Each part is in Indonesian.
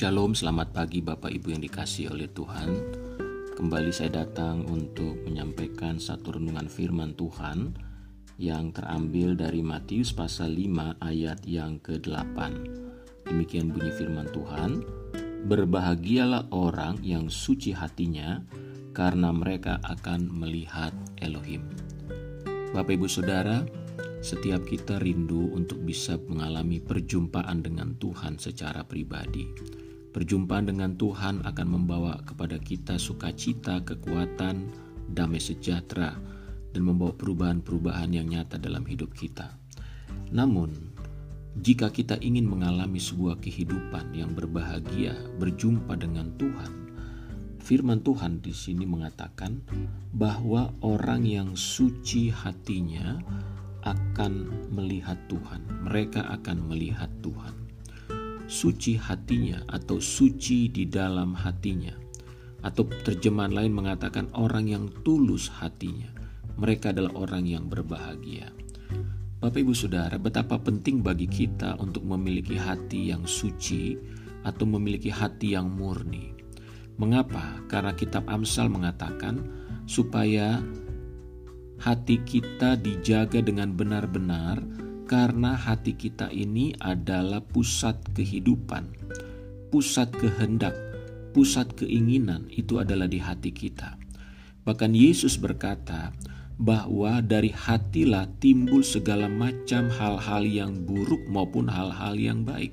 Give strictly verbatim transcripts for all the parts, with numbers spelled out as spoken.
Shalom, selamat pagi Bapak Ibu yang dikasihi oleh Tuhan. Kembali saya datang untuk menyampaikan satu renungan firman Tuhan yang terambil dari Matius pasal lima ayat yang kedelapan. Demikian bunyi firman Tuhan, "Berbahagialah orang yang suci hatinya, karena mereka akan melihat Elohim." Bapak Ibu Saudara, setiap kita rindu untuk bisa mengalami perjumpaan dengan Tuhan secara pribadi. Perjumpaan dengan Tuhan akan membawa kepada kita sukacita, kekuatan, damai sejahtera, dan membawa perubahan-perubahan yang nyata dalam hidup kita. Namun, jika kita ingin mengalami sebuah kehidupan yang berbahagia, berjumpa dengan Tuhan, firman Tuhan di sini mengatakan bahwa orang yang suci hatinya akan melihat Tuhan. Mereka akan melihat Tuhan. Suci hatinya atau suci di dalam hatinya, atau terjemahan lain mengatakan orang yang tulus hatinya. Mereka adalah orang yang berbahagia. Bapak Ibu Saudara, betapa penting bagi kita untuk memiliki hati yang suci atau memiliki hati yang murni. Mengapa? Karena kitab Amsal mengatakan supaya hati kita dijaga dengan benar-benar, karena hati kita ini adalah pusat kehidupan, pusat kehendak, pusat keinginan itu adalah di hati kita. Bahkan Yesus berkata bahwa dari hatilah timbul segala macam hal-hal yang buruk maupun hal-hal yang baik.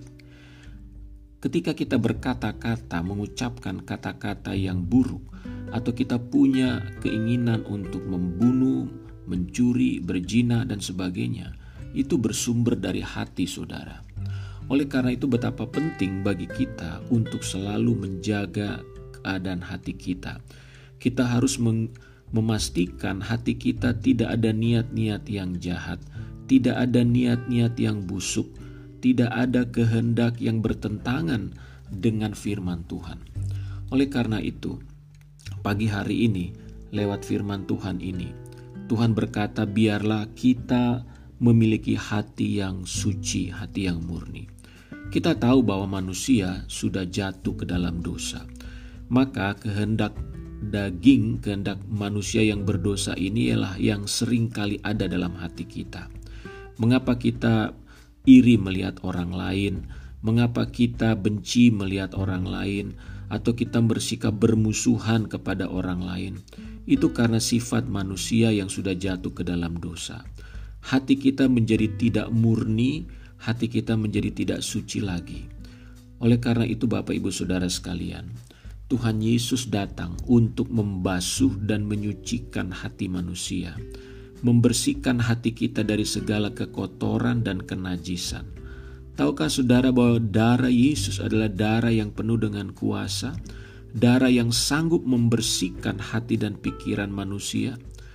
Ketika kita berkata-kata, mengucapkan kata-kata yang buruk, atau kita punya keinginan untuk membunuh, mencuri, berzina, dan sebagainya, itu bersumber dari hati saudara. Oleh karena itu betapa penting bagi kita untuk selalu menjaga keadaan hati kita. Kita harus meng- memastikan hati kita tidak ada niat-niat yang jahat, tidak ada niat-niat yang busuk, tidak ada kehendak yang bertentangan dengan firman Tuhan. Oleh karena itu, pagi hari ini, lewat firman Tuhan ini, Tuhan berkata, biarlah kita memiliki hati yang suci, hati yang murni. Kita tahu bahwa manusia sudah jatuh ke dalam dosa. Maka kehendak daging, kehendak manusia yang berdosa ini ialah yang sering kali ada dalam hati kita. Mengapa kita iri melihat orang lain? Mengapa kita benci melihat orang lain? Atau kita bersikap bermusuhan kepada orang lain? Itu karena sifat manusia yang sudah jatuh ke dalam dosa. Hati kita menjadi tidak murni, hati kita menjadi tidak suci lagi. Oleh karena itu Bapak Ibu Saudara sekalian, Tuhan Yesus datang untuk membasuh dan menyucikan hati manusia, membersihkan hati kita dari segala kekotoran dan kenajisan. Tahukah saudara bahwa darah Yesus adalah darah yang penuh dengan kuasa, darah yang sanggup membersihkan hati dan pikiran manusia?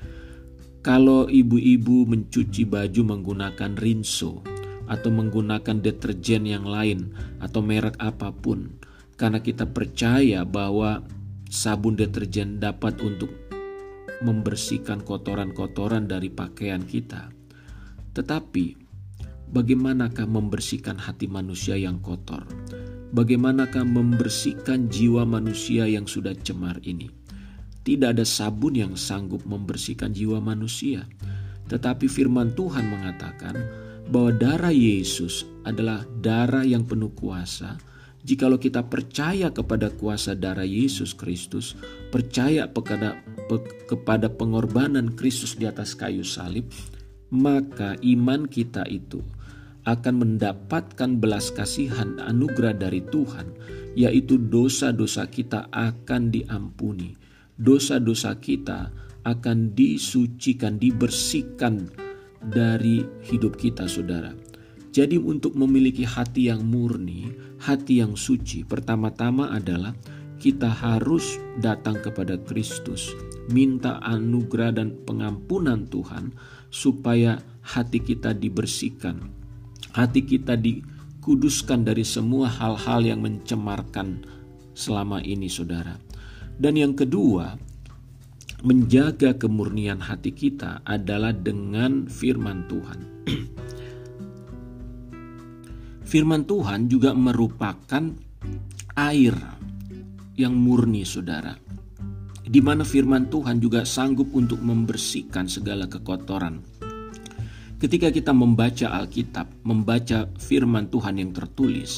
Kalau ibu-ibu mencuci baju menggunakan rinso atau menggunakan deterjen yang lain atau merek apapun, karena kita percaya bahwa sabun deterjen dapat untuk membersihkan kotoran-kotoran dari pakaian kita. Tetapi bagaimanakah membersihkan hati manusia yang kotor? Bagaimanakah membersihkan jiwa manusia yang sudah cemar ini? Tidak ada sabun yang sanggup membersihkan jiwa manusia. Tetapi firman Tuhan mengatakan bahwa darah Yesus adalah darah yang penuh kuasa. Jikalau kita percaya kepada kuasa darah Yesus Kristus, percaya kepada, kepada pengorbanan Kristus di atas kayu salib, maka iman kita itu akan mendapatkan belas kasihan anugerah dari Tuhan, yaitu dosa-dosa kita akan diampuni. Dosa-dosa kita akan disucikan, dibersihkan dari hidup kita saudara. Jadi untuk memiliki hati yang murni, hati yang suci, pertama-tama adalah kita harus datang kepada Kristus, minta anugerah dan pengampunan Tuhan supaya hati kita dibersihkan, hati kita dikuduskan dari semua hal-hal yang mencemarkan selama ini saudara. Dan yang kedua, menjaga kemurnian hati kita adalah dengan firman Tuhan. Firman Tuhan juga merupakan air yang murni, saudara, di mana firman Tuhan juga sanggup untuk membersihkan segala kekotoran. Ketika kita membaca Alkitab, membaca firman Tuhan yang tertulis,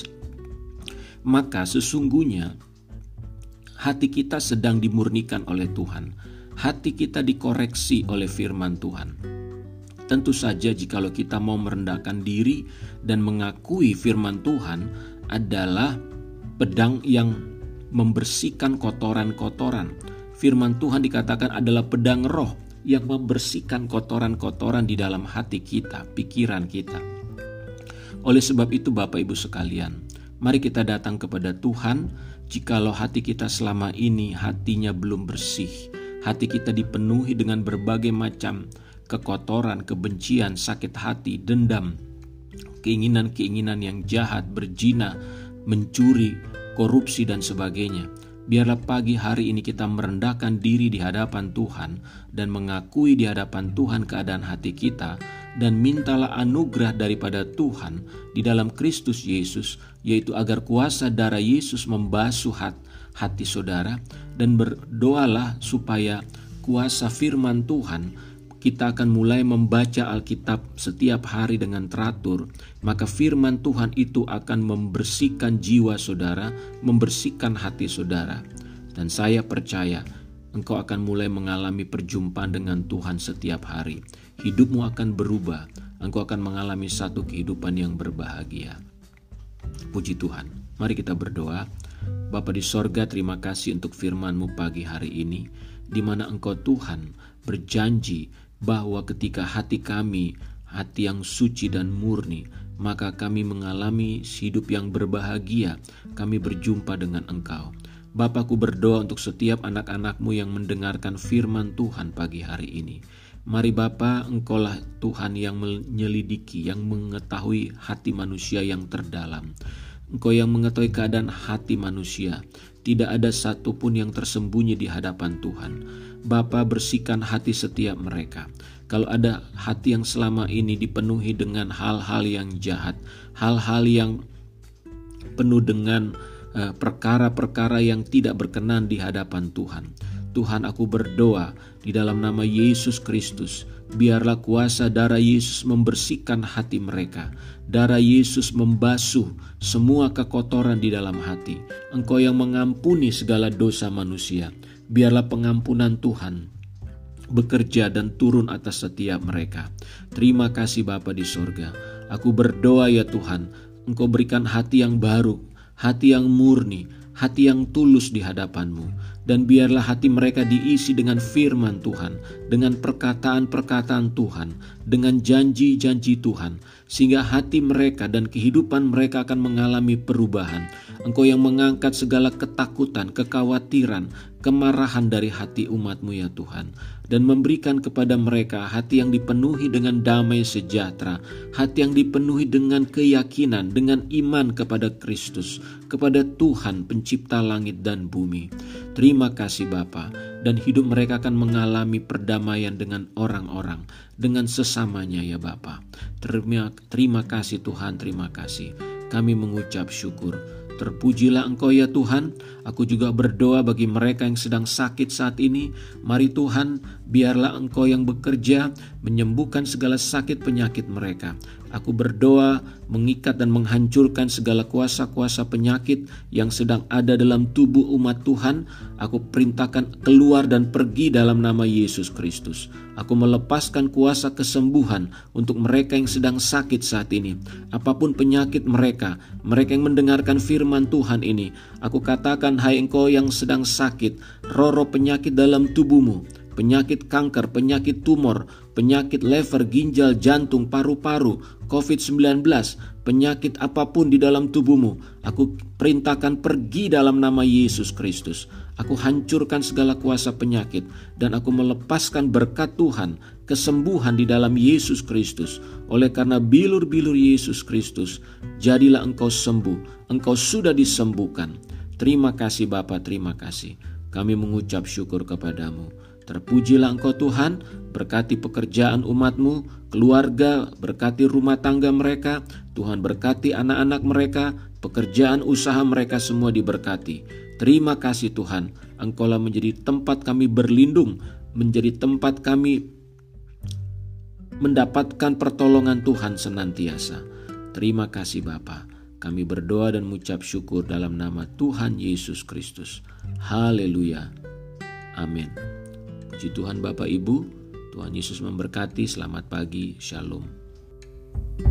maka sesungguhnya hati kita sedang dimurnikan oleh Tuhan. Hati kita dikoreksi oleh firman Tuhan. Tentu saja jikalau kita mau merendahkan diri dan mengakui firman Tuhan adalah pedang yang membersihkan kotoran-kotoran. Firman Tuhan dikatakan adalah pedang roh yang membersihkan kotoran-kotoran di dalam hati kita, pikiran kita. Oleh sebab itu Bapak Ibu sekalian, mari kita datang kepada Tuhan. Jikalau hati kita selama ini hatinya belum bersih, hati kita dipenuhi dengan berbagai macam kekotoran, kebencian, sakit hati, dendam, keinginan-keinginan yang jahat, berzina, mencuri, korupsi dan sebagainya. Biarlah pagi hari ini kita merendahkan diri di hadapan Tuhan dan mengakui di hadapan Tuhan keadaan hati kita, dan mintalah anugerah daripada Tuhan di dalam Kristus Yesus, yaitu agar kuasa darah Yesus membasuh hati saudara, dan berdoalah supaya kuasa firman Tuhan, kita akan mulai membaca Alkitab setiap hari dengan teratur, maka firman Tuhan itu akan membersihkan jiwa saudara, membersihkan hati saudara. Dan saya percaya engkau akan mulai mengalami perjumpaan dengan Tuhan setiap hari. Hidupmu akan berubah, engkau akan mengalami satu kehidupan yang berbahagia. Puji Tuhan. Mari kita berdoa. Bapa di sorga, terima kasih untuk firman-Mu pagi hari ini, di mana Engkau Tuhan berjanji bahwa ketika hati kami, hati yang suci dan murni, maka kami mengalami hidup yang berbahagia, kami berjumpa dengan Engkau. Bapakku berdoa untuk setiap anak-anak-Mu yang mendengarkan firman Tuhan pagi hari ini. Mari Bapa, Engkaulah Tuhan yang menyelidiki, yang mengetahui hati manusia yang terdalam. Engkau yang mengetahui keadaan hati manusia. Tidak ada satupun yang tersembunyi di hadapan Tuhan. Bapa, bersihkan hati setiap mereka. Kalau ada hati yang selama ini dipenuhi dengan hal-hal yang jahat, hal-hal yang penuh dengan uh, perkara-perkara yang tidak berkenan di hadapan Tuhan. Tuhan, aku berdoa di dalam nama Yesus Kristus, biarlah kuasa darah Yesus membersihkan hati mereka. Darah Yesus membasuh semua kekotoran di dalam hati. Engkau yang mengampuni segala dosa manusia. Biarlah pengampunan Tuhan bekerja dan turun atas setiap mereka. Terima kasih Bapa di sorga. Aku berdoa ya Tuhan, Engkau berikan hati yang baru, hati yang murni, hati yang tulus di hadapan-Mu. Dan biarlah hati mereka diisi dengan firman Tuhan, dengan perkataan-perkataan Tuhan, dengan janji-janji Tuhan, sehingga hati mereka dan kehidupan mereka akan mengalami perubahan. Engkau yang mengangkat segala ketakutan, kekhawatiran, kemarahan dari hati umat-Mu ya Tuhan, dan memberikan kepada mereka hati yang dipenuhi dengan damai sejahtera, hati yang dipenuhi dengan keyakinan, dengan iman kepada Kristus, kepada Tuhan pencipta langit dan bumi. Terima kasih Bapa, dan hidup mereka akan mengalami perdamaian dengan orang-orang, dengan sesamanya ya Bapa. Terima, terima kasih Tuhan, terima kasih. Kami mengucap syukur. Terpujilah Engkau ya Tuhan. Aku juga berdoa bagi mereka yang sedang sakit saat ini. Mari Tuhan, biarlah Engkau yang bekerja menyembuhkan segala sakit penyakit mereka. Aku berdoa mengikat dan menghancurkan segala kuasa-kuasa penyakit yang sedang ada dalam tubuh umat Tuhan. Aku perintahkan keluar dan pergi dalam nama Yesus Kristus. Aku melepaskan kuasa kesembuhan untuk mereka yang sedang sakit saat ini. Apapun penyakit mereka, mereka yang mendengarkan firman Tuhan ini, aku katakan, hai engkau yang sedang sakit, roh-roh penyakit dalam tubuhmu, penyakit kanker, penyakit tumor, penyakit lever, ginjal, jantung, paru-paru, covid sembilan belas, penyakit apapun di dalam tubuhmu, aku perintahkan pergi dalam nama Yesus Kristus. Aku hancurkan segala kuasa penyakit dan aku melepaskan berkat Tuhan, kesembuhan di dalam Yesus Kristus. Oleh karena bilur-bilur Yesus Kristus, jadilah engkau sembuh, engkau sudah disembuhkan. Terima kasih Bapa, terima kasih. Kami mengucap syukur kepadamu. Terpujilah Engkau Tuhan, berkati pekerjaan umat-Mu, keluarga, berkati rumah tangga mereka, Tuhan berkati anak-anak mereka, pekerjaan usaha mereka semua diberkati. Terima kasih Tuhan, Engkaulah menjadi tempat kami berlindung, menjadi tempat kami mendapatkan pertolongan Tuhan senantiasa. Terima kasih Bapa. Kami berdoa dan mengucap syukur dalam nama Tuhan Yesus Kristus. Haleluya. Amin. Puji Tuhan Bapak Ibu, Tuhan Yesus memberkati. Selamat pagi, Shalom.